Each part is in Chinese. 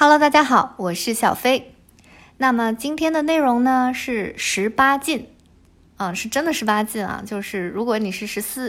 Hello， 大家好，我是小飞。那么今天的内容呢是18禁，是真的18禁啊，就是如果你是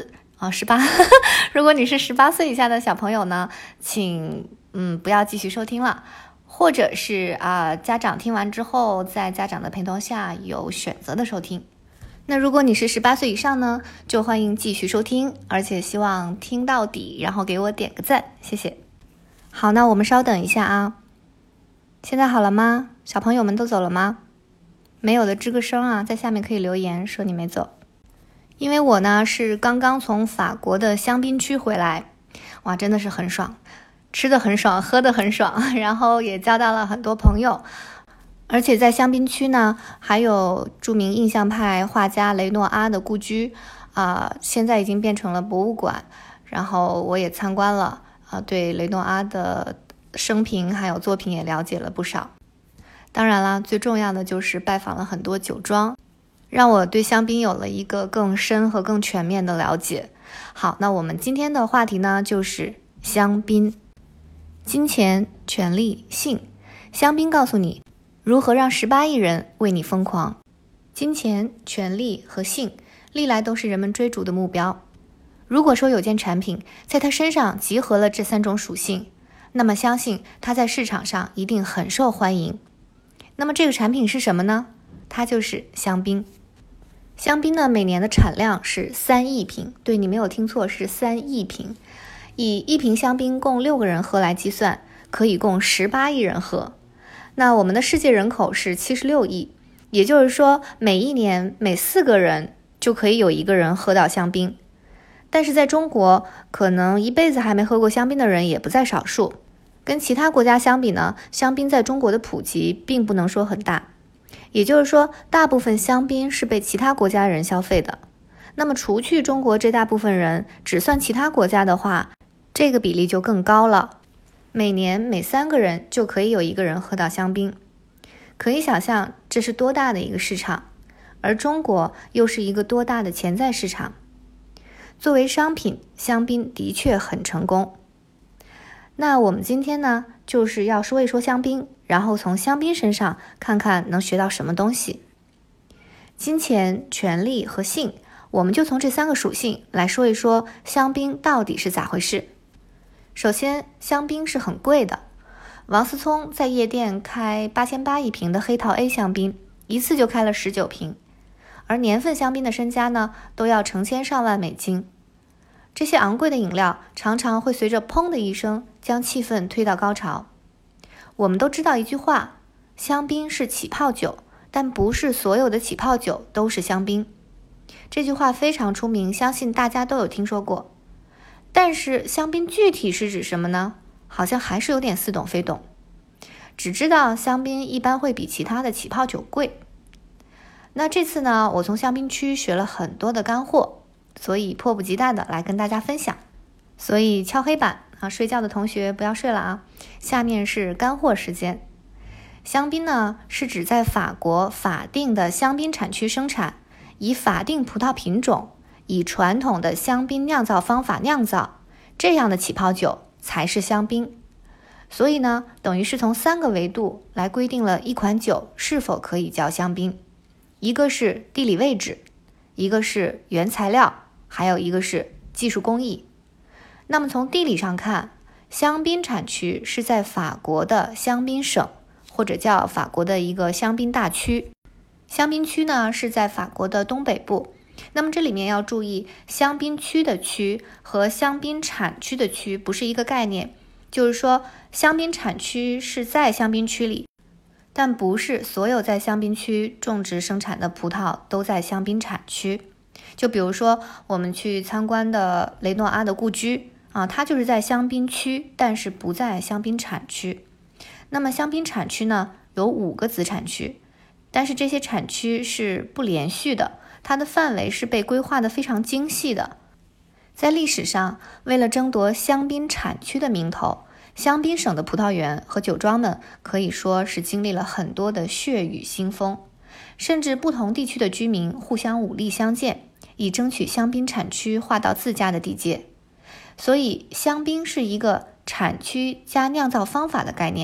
18如果你是18岁以下的小朋友呢，请不要继续收听了，或者是家长听完之后，在家长的陪同下有选择的收听。那如果你是18岁以上呢，就欢迎继续收听，而且希望听到底，然后给我点个赞，谢谢。好，那我们稍等一下啊。现在好了吗？小朋友们都走了吗？没有的吱个声啊，在下面可以留言说你没走。因为我呢是刚刚从法国的香槟区回来，哇，真的是很爽，吃得很爽，喝得很爽，然后也交到了很多朋友。而且在香槟区呢，还有著名印象派画家雷诺阿的故居，现在已经变成了博物馆。然后我也参观了，对雷诺阿的生平还有作品也了解了不少。当然啦，最重要的就是拜访了很多酒庄，让我对香槟有了一个更深和更全面的了解。好，那我们今天的话题呢就是香槟。金钱、权力、性，香槟告诉你如何让18亿人为你疯狂。金钱、权力和性历来都是人们追逐的目标。如果说有件产品在它身上集合了这3种属性，那么相信它在市场上一定很受欢迎。那么这个产品是什么呢？它就是香槟。香槟呢，每年的产量是3亿瓶，对，你没有听错，是3亿瓶。以1瓶香槟供6个人喝来计算，可以供18亿人喝。那我们的世界人口是76亿，也就是说每一年每4个人就可以有1个人喝到香槟。但是在中国，可能一辈子还没喝过香槟的人也不在少数。跟其他国家相比呢，香槟在中国的普及并不能说很大，也就是说大部分香槟是被其他国家人消费的。那么除去中国这大部分人，只算其他国家的话，这个比例就更高了，每年每3个人就可以有1个人喝到香槟。可以想象这是多大的一个市场，而中国又是一个多大的潜在市场。作为商品，香槟的确很成功。那我们今天呢，就是要说一说香槟，然后从香槟身上看看能学到什么东西。金钱、权力和性，我们就从这3个属性来说一说香槟到底是咋回事。首先，香槟是很贵的。王思聪在夜店开8800一瓶的黑桃 A 香槟，一次就开了19瓶，而年份香槟的身家呢，都要成千上万美金。这些昂贵的饮料常常会随着砰的一声将气氛推到高潮。我们都知道一句话，香槟是起泡酒，但不是所有的起泡酒都是香槟。这句话非常出名，相信大家都有听说过。但是香槟具体是指什么呢？好像还是有点似懂非懂。只知道香槟一般会比其他的起泡酒贵。那这次呢，我从香槟区学了很多的干货，所以迫不及待的来跟大家分享。所以敲黑板睡觉的同学不要睡了啊！下面是干货时间。香槟呢，是指在法国法定的香槟产区生产，以法定葡萄品种，以传统的香槟酿造方法酿造，这样的起泡酒才是香槟。所以呢，等于是从3个维度来规定了一款酒是否可以叫香槟。一个是地理位置，一个是原材料，还有一个是技术工艺。那么从地理上看，香槟产区是在法国的香槟省，或者叫法国的一个香槟大区。香槟区呢是在法国的东北部。那么这里面要注意，香槟区的区和香槟产区的区不是一个概念，就是说香槟产区是在香槟区里，但不是所有在香槟区种植生产的葡萄都在香槟产区。就比如说我们去参观的雷诺阿的故居它就是在香槟区，但是不在香槟产区。那么香槟产区呢，有5个子产区，但是这些产区是不连续的，它的范围是被规划的非常精细的。在历史上，为了争夺香槟产区的名头，香槟省的葡萄园和酒庄们可以说是经历了很多的血雨腥风，甚至不同地区的居民互相武力相见，以争取香槟产区划到自家的地界。所以香槟是一个产区加酿造方法的概念，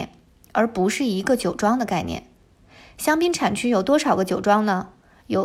而不是一个酒庄的概念。香槟产区有多少个酒庄呢？有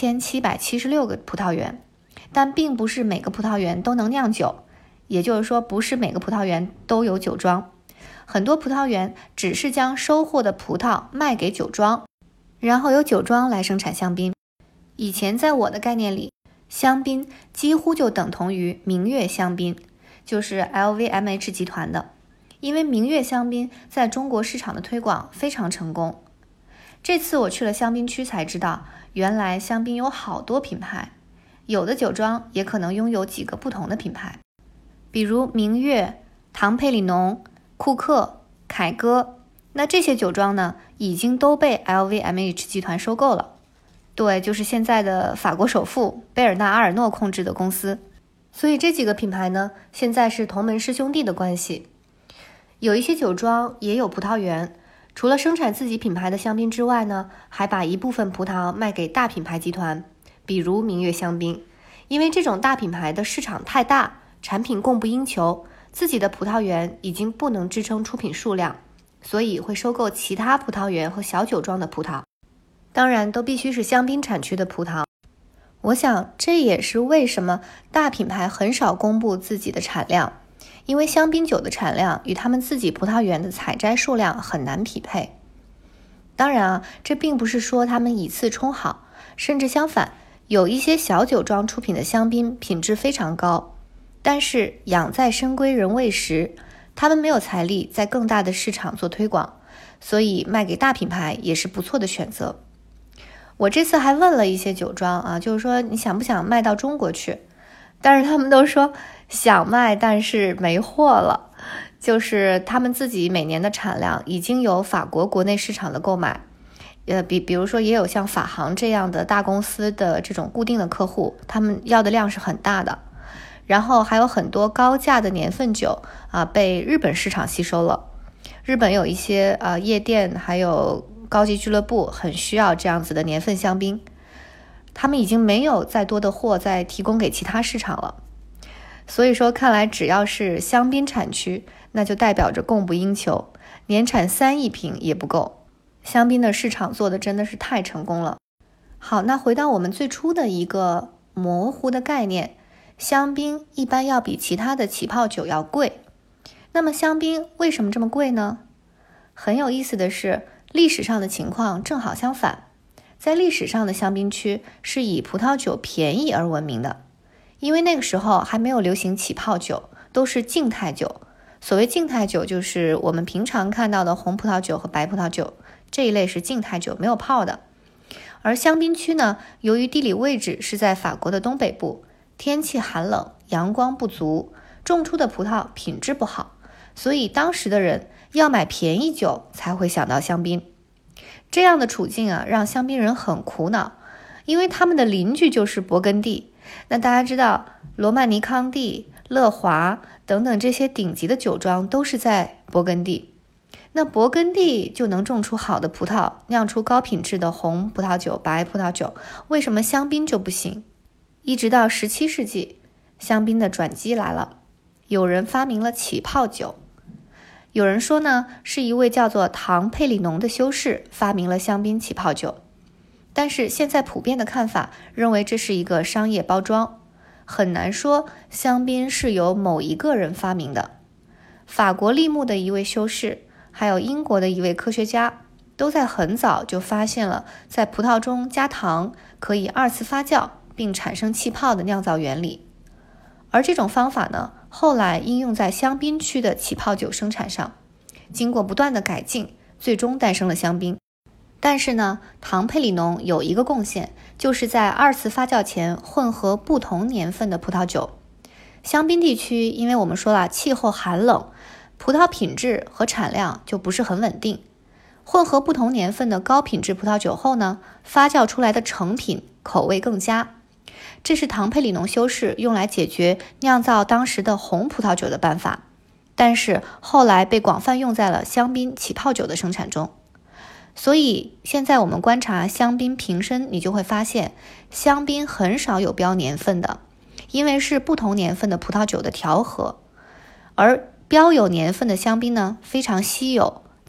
4776个葡萄园，但并不是每个葡萄园都能酿酒，也就是说，不是每个葡萄园都有酒庄。很多葡萄园只是将收获的葡萄卖给酒庄，然后由酒庄来生产香槟。以前在我的概念里，香槟几乎就等同于明月香槟，就是 LVMH 集团的，因为明月香槟在中国市场的推广非常成功。这次我去了香槟区才知道，原来香槟有好多品牌，有的酒庄也可能拥有几个不同的品牌，比如明月、唐佩里农、库克、凯歌。那这些酒庄呢，已经都被 LVMH 集团收购了。对，就是现在的法国首富贝尔纳阿尔诺控制的公司。所以这几个品牌呢，现在是同门师兄弟的关系。有一些酒庄也有葡萄园，除了生产自己品牌的香槟之外呢，还把一部分葡萄卖给大品牌集团，比如明月香槟。因为这种大品牌的市场太大，产品供不应求，自己的葡萄园已经不能支撑出品数量，所以会收购其他葡萄园和小酒庄的葡萄，当然都必须是香槟产区的葡萄。我想这也是为什么大品牌很少公布自己的产量，因为香槟酒的产量与他们自己葡萄园的采摘数量很难匹配。当然啊，这并不是说他们以次充好，甚至相反，有一些小酒庄出品的香槟品质非常高，但是养在深闺人未识，他们没有财力在更大的市场做推广，所以卖给大品牌也是不错的选择。我这次还问了一些酒庄啊，就是说你想不想卖到中国去？但是他们都说想卖，但是没货了。就是他们自己每年的产量已经有法国国内市场的购买，比如说也有像法航这样的大公司的这种固定的客户，他们要的量是很大的。然后还有很多高价的年份酒啊，被日本市场吸收了。日本有一些夜店还有高级俱乐部很需要这样子的年份香槟，他们已经没有再多的货再提供给其他市场了。所以说看来只要是香槟产区，那就代表着供不应求，年产3亿瓶也不够。香槟的市场做的真的是太成功了。好，那回到我们最初的一个模糊的概念，香槟一般要比其他的起泡酒要贵。那么香槟为什么这么贵呢？很有意思的是，历史上的情况正好相反。在历史上的香槟区是以葡萄酒便宜而闻名的，因为那个时候还没有流行起泡酒，都是静态酒。所谓静态酒，就是我们平常看到的红葡萄酒和白葡萄酒，这一类是静态酒，没有泡的。而香槟区呢，由于地理位置是在法国的东北部，天气寒冷，阳光不足，种出的葡萄品质不好，所以当时的人要买便宜酒才会想到香槟。这样的处境啊，让香槟人很苦恼，因为他们的邻居就是勃艮第。那大家知道，罗曼尼康帝、乐华等等这些顶级的酒庄都是在勃艮第。那勃艮第就能种出好的葡萄，酿出高品质的红葡萄酒、白葡萄酒，为什么香槟就不行？一直到17世纪，香槟的转机来了，有人发明了起泡酒。有人说呢，是一位叫做唐佩里农的修士发明了香槟起泡酒，但是现在普遍的看法认为这是一个商业包装，很难说香槟是由某一个人发明的。法国利穆的一位修士，还有英国的一位科学家，都在很早就发现了在葡萄中加糖可以2次发酵并产生气泡的酿造原理。而这种方法呢，后来应用在香槟区的起泡酒生产上，经过不断的改进，最终诞生了香槟。但是呢，唐佩里农有一个贡献，就是在2次发酵前混合不同年份的葡萄酒。香槟地区因为我们说了气候寒冷，葡萄品质和产量就不是很稳定，混合不同年份的高品质葡萄酒后呢，发酵出来的成品口味更佳。这是唐佩里农修士用来解决酿造当时的红葡萄酒的办法，但是后来被广泛用在了香槟起泡酒的生产中。所以现在我们观察香槟瓶身，你就会发现香槟很少有标年份的，因为是不同年份的葡萄酒的调和。而标有年份的香槟呢，非常稀有，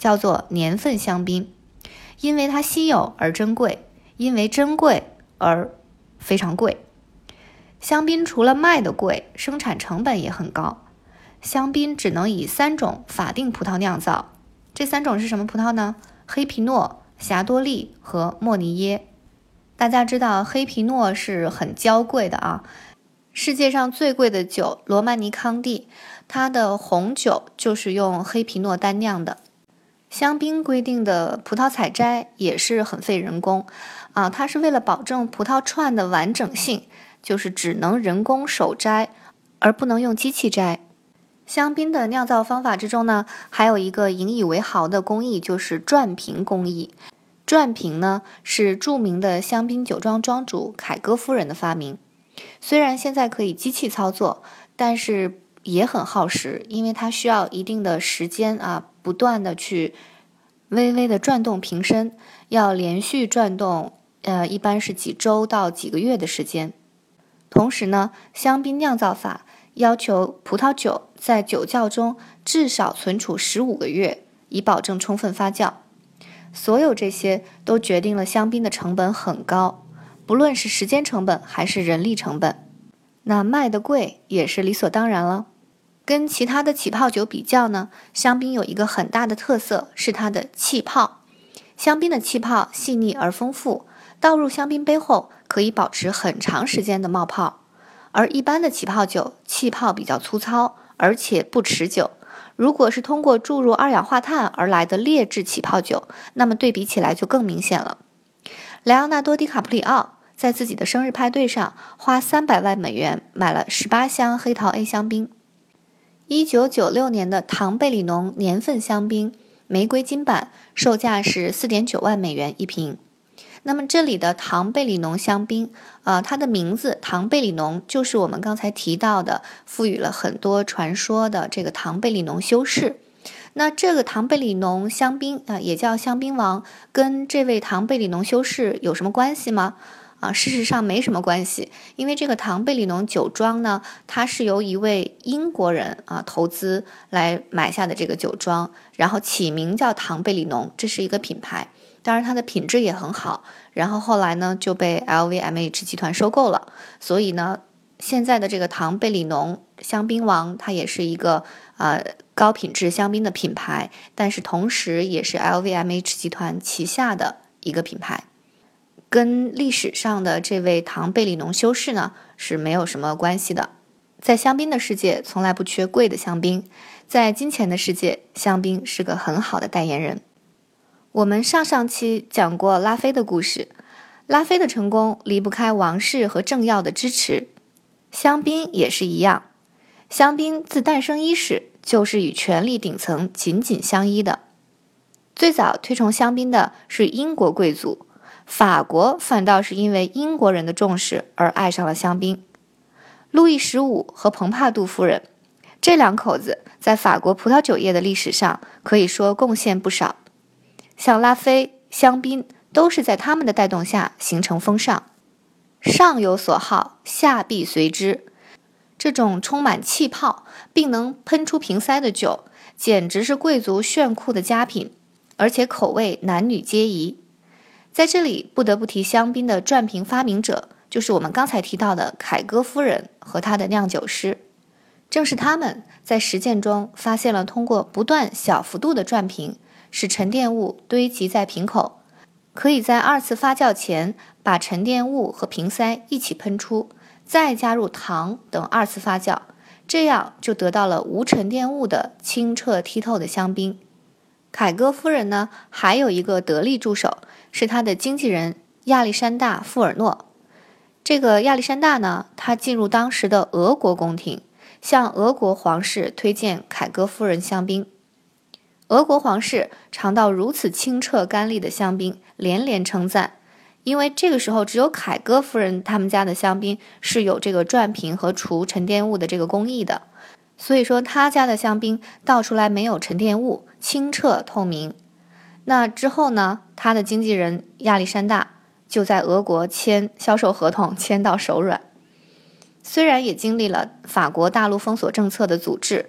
叫做年份香槟，因为它稀有而珍贵，因为珍贵而非常贵。香槟除了卖的贵，生产成本也很高。香槟只能以3种法定葡萄酿造，这3种是什么葡萄呢？黑皮诺、霞多丽和莫尼耶。大家知道黑皮诺是很娇贵的啊，世界上最贵的酒罗曼尼康帝，它的红酒就是用黑皮诺单酿的。香槟规定的葡萄采摘也是很费人工啊，它是为了保证葡萄串的完整性，就是只能人工手摘，而不能用机器摘。香槟的酿造方法之中呢，还有一个引以为豪的工艺，就是转瓶工艺。转瓶呢，是著名的香槟酒庄庄主凯歌夫人的发明。虽然现在可以机器操作，但是也很耗时，因为它需要一定的时间啊，不断的去微微的转动瓶身，要连续转动，一般是几周到几个月的时间。同时呢，香槟酿造法要求葡萄酒在酒窖中至少存储15个月，以保证充分发酵。所有这些都决定了香槟的成本很高，不论是时间成本还是人力成本。那卖得贵也是理所当然了。跟其他的起泡酒比较呢，香槟有一个很大的特色，是它的气泡。香槟的气泡细腻而丰富，倒入香槟杯后可以保持很长时间的冒泡。而一般的起泡酒气泡比较粗糙，而且不持久。如果是通过注入二氧化碳而来的劣质起泡酒，那么对比起来就更明显了。莱昂纳多·迪卡普里奥在自己的生日派对上花300万美元买了18箱黑桃 A 香槟。1996年的唐贝里农年份香槟玫瑰金版售价是4.9万美元一瓶。那么这里的唐贝里农香槟，它的名字唐贝里农就是我们刚才提到的，赋予了很多传说的这个唐贝里农修士。那这个唐贝里农香槟也叫香槟王，跟这位唐贝里农修士有什么关系吗？事实上没什么关系，因为这个唐贝里农酒庄呢，它是由一位英国人投资来买下的这个酒庄，然后起名叫唐贝里农，这是一个品牌。当然它的品质也很好，然后后来呢就被 LVMH 集团收购了，所以呢现在的这个唐贝里农香槟王它也是一个高品质香槟的品牌，但是同时也是 LVMH 集团旗下的一个品牌，跟历史上的这位唐贝里农修士呢是没有什么关系的。在香槟的世界从来不缺贵的香槟，在金钱的世界，香槟是个很好的代言人。我们上期讲过拉菲的故事，拉菲的成功离不开王室和政要的支持，香槟也是一样。香槟自诞生伊始就是与权力顶层紧紧相依的。最早推崇香槟的是英国贵族，法国反倒是因为英国人的重视而爱上了香槟。路易15和蓬帕杜夫人这2口子在法国葡萄酒业的历史上可以说贡献不少。像拉菲、香槟都是在他们的带动下形成风尚，上有所好，下必随之。这种充满气泡并能喷出瓶塞的酒，简直是贵族炫酷的佳品，而且口味男女皆宜。在这里不得不提香槟的转瓶发明者，就是我们刚才提到的凯歌夫人和她的酿酒师。正是他们在实践中发现了通过不断小幅度的转瓶，使沉淀物堆积在瓶口，可以在2次发酵前把沉淀物和瓶塞一起喷出，再加入糖等2次发酵，这样就得到了无沉淀物的清澈剔透的香槟。凯歌夫人呢，还有一个得力助手，是她的经纪人亚历山大·富尔诺。这个亚历山大呢，他进入当时的俄国宫廷，向俄国皇室推荐凯歌夫人香槟。俄国皇室尝到如此清澈甘冽的香槟，连连称赞，因为这个时候只有凯歌夫人他们家的香槟是有这个转瓶和除沉淀物的这个工艺的，所以说他家的香槟倒出来没有沉淀物，清澈透明。那之后呢，他的经纪人亚历山大就在俄国签销售合同，签到手软。虽然也经历了法国大陆封锁政策的阻滞，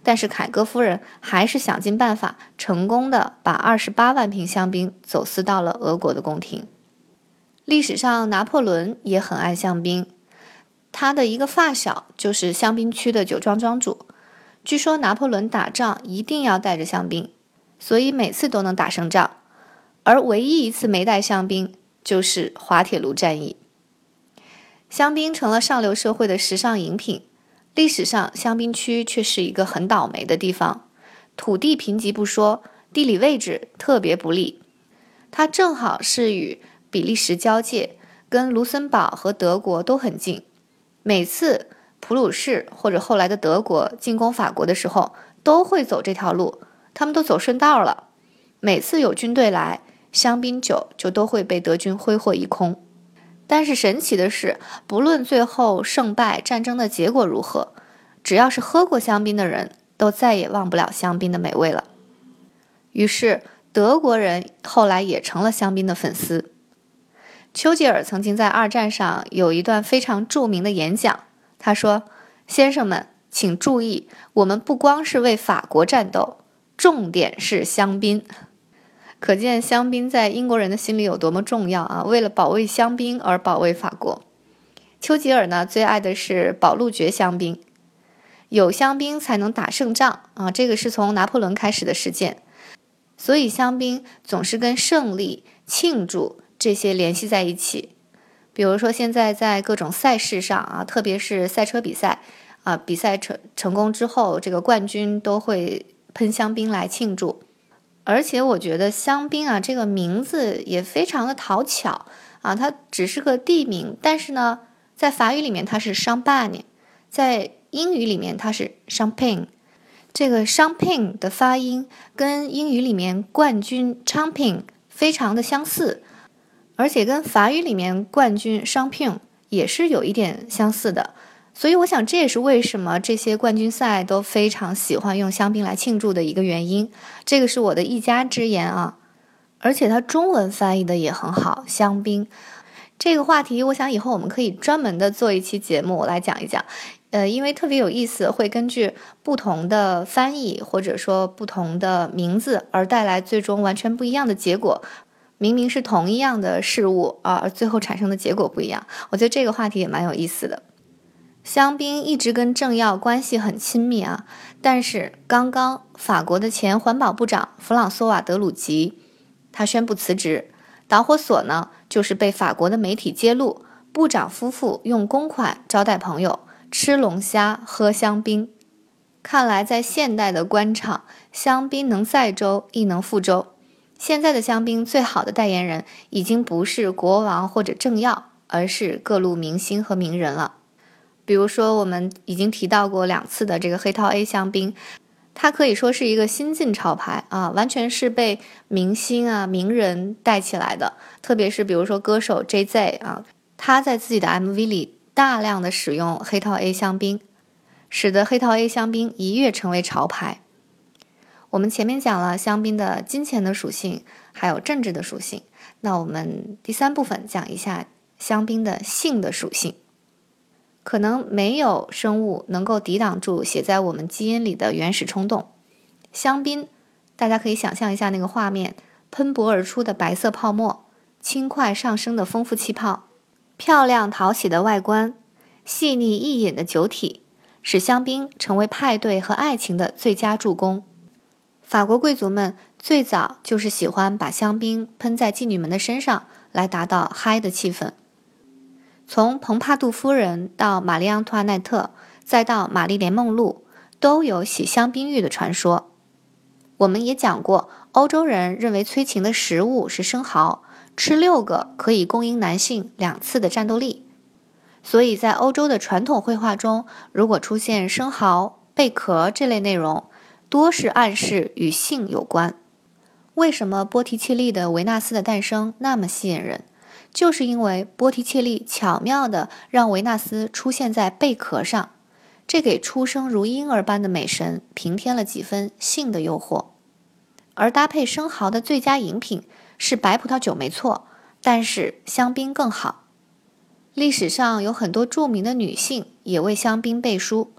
但是凯歌夫人还是想尽办法，成功的把28万瓶香槟走私到了俄国的宫廷。历史上拿破仑也很爱香槟，他的一个发小就是香槟区的酒庄庄主。据说拿破仑打仗一定要带着香槟，所以每次都能打胜仗。而唯一一次没带香槟，就是滑铁卢战役。香槟成了上流社会的时尚饮品，历史上香槟区却是一个很倒霉的地方，土地贫瘠不说，地理位置特别不利。它正好是与比利时交界，跟卢森堡和德国都很近。每次普鲁士或者后来的德国进攻法国的时候，都会走这条路，他们都走顺道了。每次有军队来，香槟酒就都会被德军挥霍一空。但是神奇的是，不论最后胜败战争的结果如何，只要是喝过香槟的人，都再也忘不了香槟的美味了。于是德国人后来也成了香槟的粉丝。丘吉尔曾经在二战上有一段非常著名的演讲，他说：先生们，请注意，我们不光是为法国战斗，重点是香槟。可见香槟在英国人的心里有多么重要啊！为了保卫香槟而保卫法国。丘吉尔呢，最爱的是保禄爵香槟，有香槟才能打胜仗啊！这个是从拿破仑开始的实践，所以香槟总是跟胜利、庆祝这些联系在一起。比如说现在在各种赛事上啊，特别是赛车比赛啊，比赛成功之后，这个冠军都会喷香槟来庆祝。而且我觉得香槟啊这个名字也非常的讨巧啊，它只是个地名，但是呢，在法语里面它是 champagne， 在英语里面它是 champagne。这个 champagne 的发音跟英语里面冠军 champion 非常的相似，而且跟法语里面冠军 champion 也是有一点相似的。所以我想这也是为什么这些冠军赛都非常喜欢用香槟来庆祝的一个原因，这个是我的一家之言啊。而且它中文翻译的也很好，香槟这个话题我想以后我们可以专门的做一期节目来讲一讲，因为特别有意思，会根据不同的翻译或者说不同的名字而带来最终完全不一样的结果。明明是同一样的事物啊，而最后产生的结果不一样，我觉得这个话题也蛮有意思的。香槟一直跟政要关系很亲密啊，但是刚刚法国的前环保部长弗朗索瓦·德鲁吉，他宣布辞职，导火索呢就是被法国的媒体揭露，部长夫妇用公款招待朋友，吃龙虾，喝香槟。看来在现代的官场，香槟能载舟亦能覆舟。现在的香槟最好的代言人已经不是国王或者政要，而是各路明星和名人了。比如说我们已经提到过2次的这个黑桃 A 香槟，它可以说是一个新晋潮牌啊，完全是被明星啊名人带起来的。特别是比如说歌手 JZ 啊，他在自己的 MV 里大量的使用黑桃 A 香槟，使得黑桃 A 香槟一跃成为潮牌。我们前面讲了香槟的金钱的属性，还有政治的属性，那我们第3部分讲一下香槟的性的属性。可能没有生物能够抵挡住写在我们基因里的原始冲动。香槟，大家可以想象一下那个画面，喷薄而出的白色泡沫，轻快上升的丰富气泡，漂亮讨喜的外观，细腻易饮的酒体，使香槟成为派对和爱情的最佳助攻。法国贵族们最早就是喜欢把香槟喷在妓女们的身上，来达到嗨的气氛。从蓬帕杜夫人到玛丽昂图瓦奈特，再到玛丽莲梦露，都有洗香槟浴的传说。我们也讲过，欧洲人认为催情的食物是生蚝，吃6个可以供应男性2次的战斗力。所以在欧洲的传统绘画中，如果出现生蚝、贝壳这类内容，多是暗示与性有关。为什么波提切利的维纳斯的诞生那么吸引人？就是因为波提切利巧妙地让维纳斯出现在贝壳上，这给出生如婴儿般的美神平添了几分性的诱惑。而搭配生蚝的最佳饮品是白葡萄酒没错，但是香槟更好。历史上有很多著名的女性也为香槟背书，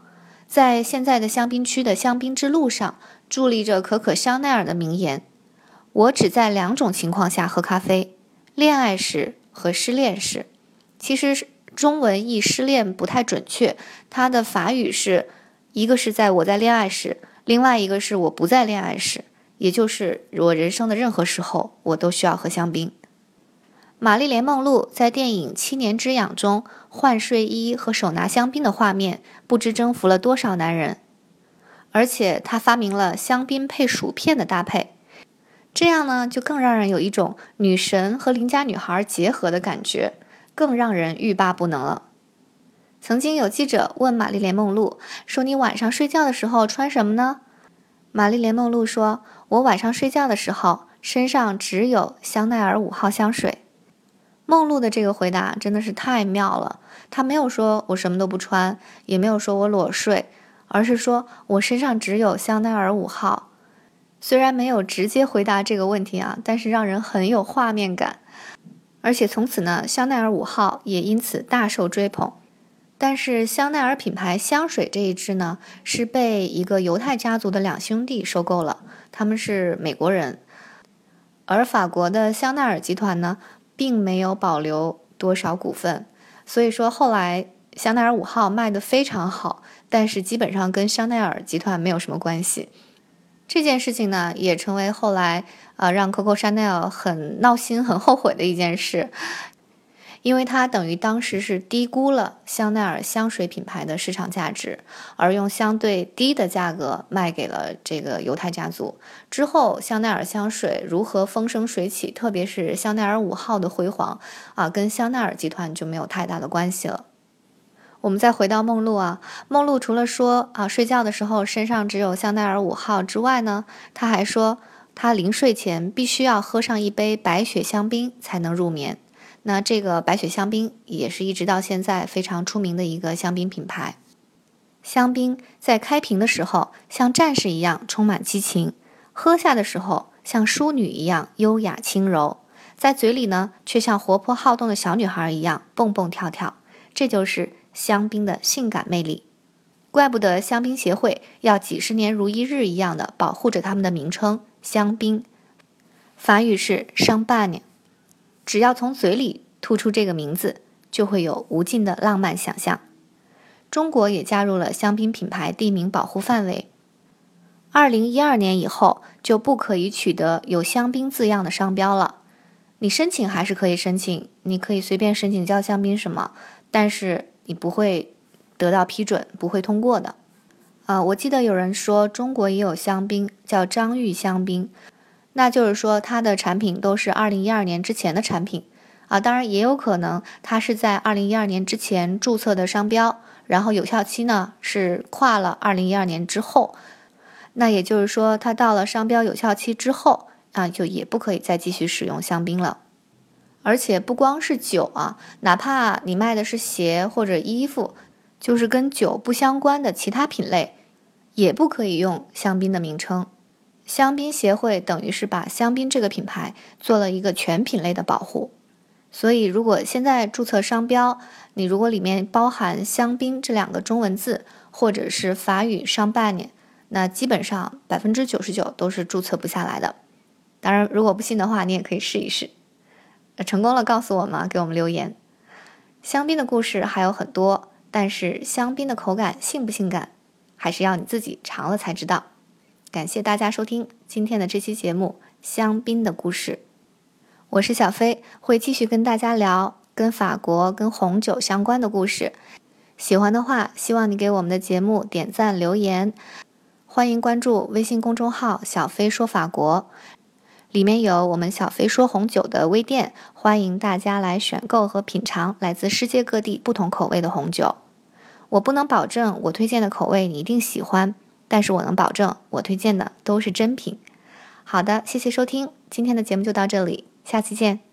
在现在的香槟区的香槟之路上，伫立着可可香奈儿的名言：我只在2种情况下喝咖啡，恋爱时和失恋时。其实中文译失恋不太准确，它的法语是一个是在我在恋爱时，另外一个是我不在恋爱时，也就是我人生的任何时候我都需要喝香槟。玛丽莲·梦露在电影《7年之痒》中换睡衣和手拿香槟的画面，不知征服了多少男人。而且她发明了香槟配薯片的搭配，这样呢就更让人有一种女神和邻家女孩结合的感觉，更让人欲罢不能了。曾经有记者问玛丽莲·梦露说：“你晚上睡觉的时候穿什么呢？”玛丽莲·梦露说：“我晚上睡觉的时候身上只有香奈儿5号香水。”梦露的这个回答真的是太妙了，她没有说我什么都不穿，也没有说我裸睡，而是说我身上只有香奈儿5号。虽然没有直接回答这个问题啊，但是让人很有画面感。而且从此呢，香奈儿5号也因此大受追捧。但是香奈儿品牌香水这一支呢，是被一个犹太家族的2兄弟收购了，他们是美国人。而法国的香奈儿集团呢，并没有保留多少股份，所以说后来香奈儿5号卖得非常好，但是基本上跟香奈儿集团没有什么关系。这件事情呢，也成为后来让 Coco Chanel 很闹心、很后悔的一件事，因为它等于当时是低估了香奈儿香水品牌的市场价值，而用相对低的价格卖给了这个犹太家族。之后香奈儿香水如何风生水起，特别是香奈儿5号的辉煌跟香奈儿集团就没有太大的关系了。我们再回到梦露梦露除了说睡觉的时候身上只有香奈儿5号之外呢，她还说她临睡前必须要喝上一杯白雪香槟才能入眠。那这个白雪香槟也是一直到现在非常出名的一个香槟品牌。香槟在开瓶的时候像战士一样充满激情，喝下的时候像淑女一样优雅轻柔，在嘴里呢却像活泼好动的小女孩一样蹦蹦跳跳。这就是香槟的性感魅力。怪不得香槟协会要几十年如一日一样的保护着他们的名称香槟，法语是 champagne。只要从嘴里吐出这个名字，就会有无尽的浪漫想象。中国也加入了香槟品牌地名保护范围。2012年以后就不可以取得有香槟字样的商标了。你申请还是可以申请，你可以随便申请叫香槟什么，但是你不会得到批准，不会通过的。我记得有人说中国也有香槟叫张裕香槟，那就是说它的产品都是2012年之前的产品当然也有可能它是在2012年之前注册的商标，然后有效期呢是跨了2012年之后，那也就是说它到了商标有效期之后就也不可以再继续使用香槟了。而且不光是酒哪怕你卖的是鞋或者衣服，就是跟酒不相关的其他品类也不可以用香槟的名称。香槟协会等于是把香槟这个品牌做了一个全品类的保护。所以如果现在注册商标，你如果里面包含香槟这2个中文字，或者是法语champagne，那基本上99%都是注册不下来的。当然如果不信的话，你也可以试一试。成功了告诉我们，给我们留言。香槟的故事还有很多，但是香槟的口感性不性感，还是要你自己尝了才知道。感谢大家收听今天的这期节目香槟的故事。我是小飞，会继续跟大家聊跟法国跟红酒相关的故事。喜欢的话，希望你给我们的节目点赞留言。欢迎关注微信公众号小飞说法国，里面有我们小飞说红酒的微店，欢迎大家来选购和品尝来自世界各地不同口味的红酒。我不能保证我推荐的口味你一定喜欢，但是我能保证我推荐的都是真品。好的，谢谢收听，今天的节目就到这里，下期见。